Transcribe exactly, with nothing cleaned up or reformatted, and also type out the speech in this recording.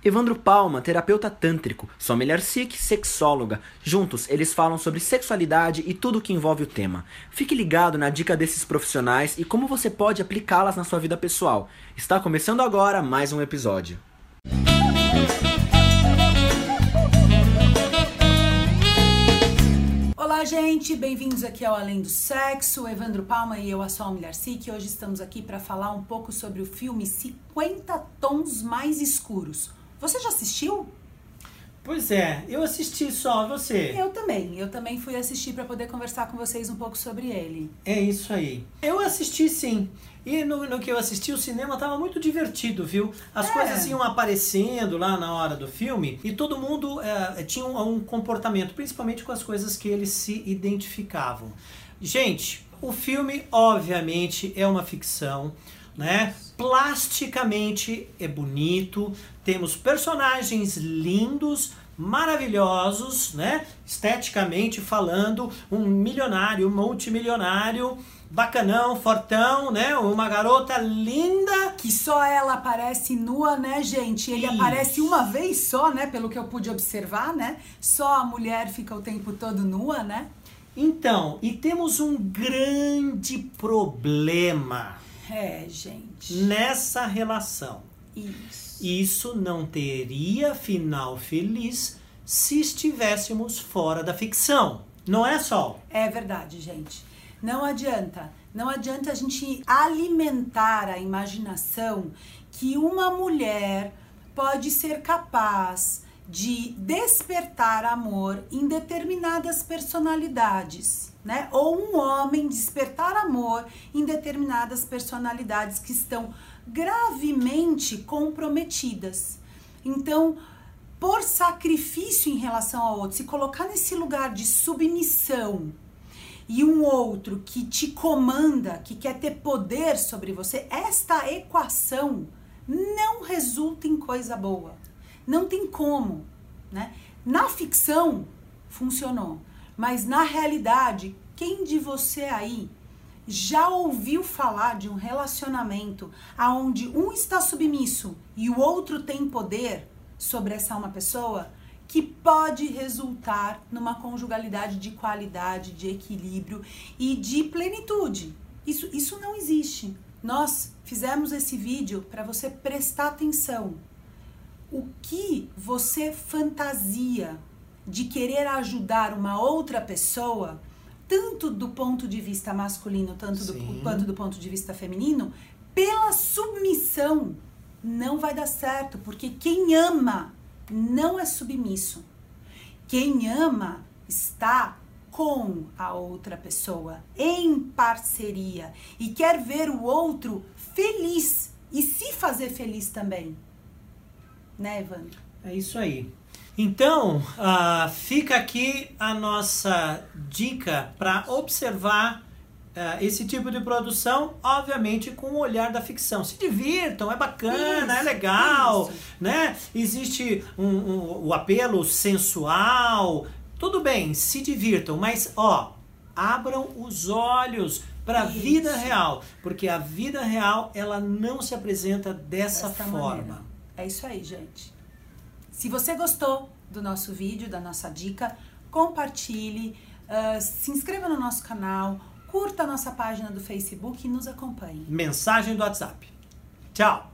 Evandro Palma, terapeuta tântrico, Sommelier Sikh, sexóloga. Juntos, eles falam sobre sexualidade e tudo o que envolve o tema. Fique ligado na dica desses profissionais e como você pode aplicá-las na sua vida pessoal. Está começando agora mais um episódio. Olá, gente! Bem-vindos aqui ao Além do Sexo. Evandro Palma e eu, a Sommelier Sikh. Hoje estamos aqui para falar um pouco sobre o filme cinquenta Tons Mais Escuros. Você já assistiu? Pois é, eu assisti só, você? Eu também, eu também fui assistir para poder conversar com vocês um pouco sobre ele. É isso aí. Eu assisti sim, e no, no que eu assisti o cinema tava muito divertido, viu? As É. coisas iam aparecendo lá na hora do filme e todo mundo é, tinha um, um comportamento, principalmente com as coisas que eles se identificavam. Gente, o filme obviamente é uma ficção, né? Plasticamente é bonito, temos personagens lindos, maravilhosos, né? Esteticamente falando, um milionário, multimilionário, bacanão, fortão, né? Uma garota linda. Que só ela aparece nua, né, gente? Ele Isso. aparece uma vez só, né? Pelo que eu pude observar, né? Só a mulher fica o tempo todo nua, né? Então, e temos um grande problema É, gente. nessa relação. Isso. Isso não teria final feliz se estivéssemos fora da ficção. Não é, Sol? É verdade, gente. Não adianta. Não adianta a gente alimentar a imaginação que uma mulher pode ser capaz de despertar amor em determinadas personalidades, né? Ou um homem despertar amor em determinadas personalidades que estão gravemente comprometidas. Então, por sacrifício em relação ao outro, se colocar nesse lugar de submissão e um outro que te comanda, que quer ter poder sobre você, esta equação não resulta em coisa boa. Não tem como, né? Na ficção funcionou, mas na realidade, quem de você aí já ouviu falar de um relacionamento aonde um está submisso e o outro tem poder sobre essa uma pessoa, que pode resultar numa conjugalidade de qualidade, de equilíbrio e de plenitude? Isso, isso não existe. Nós fizemos esse vídeo para você prestar atenção. O que você fantasia de querer ajudar uma outra pessoa, tanto do ponto de vista masculino, tanto do, quanto do ponto de vista feminino, pela submissão, não vai dar certo, porque quem ama não é submisso. Quem ama está com a outra pessoa, em parceria, e quer ver o outro feliz e se fazer feliz também. Né, Evandro? É isso aí. Então, uh, fica aqui a nossa dica para observar uh, esse tipo de produção, obviamente com o olhar da ficção. Se divirtam, é bacana, Isso, é legal, isso. né? Existe um, um, o apelo sensual, tudo bem, se divirtam, mas ó, abram os olhos para a vida real, porque a vida real ela não se apresenta dessa Desta forma. maneira. É isso aí, gente. Se você gostou do nosso vídeo, da nossa dica, compartilhe, uh, se inscreva no nosso canal, curta a nossa página do Facebook e nos acompanhe. Mensagem do WhatsApp. Tchau!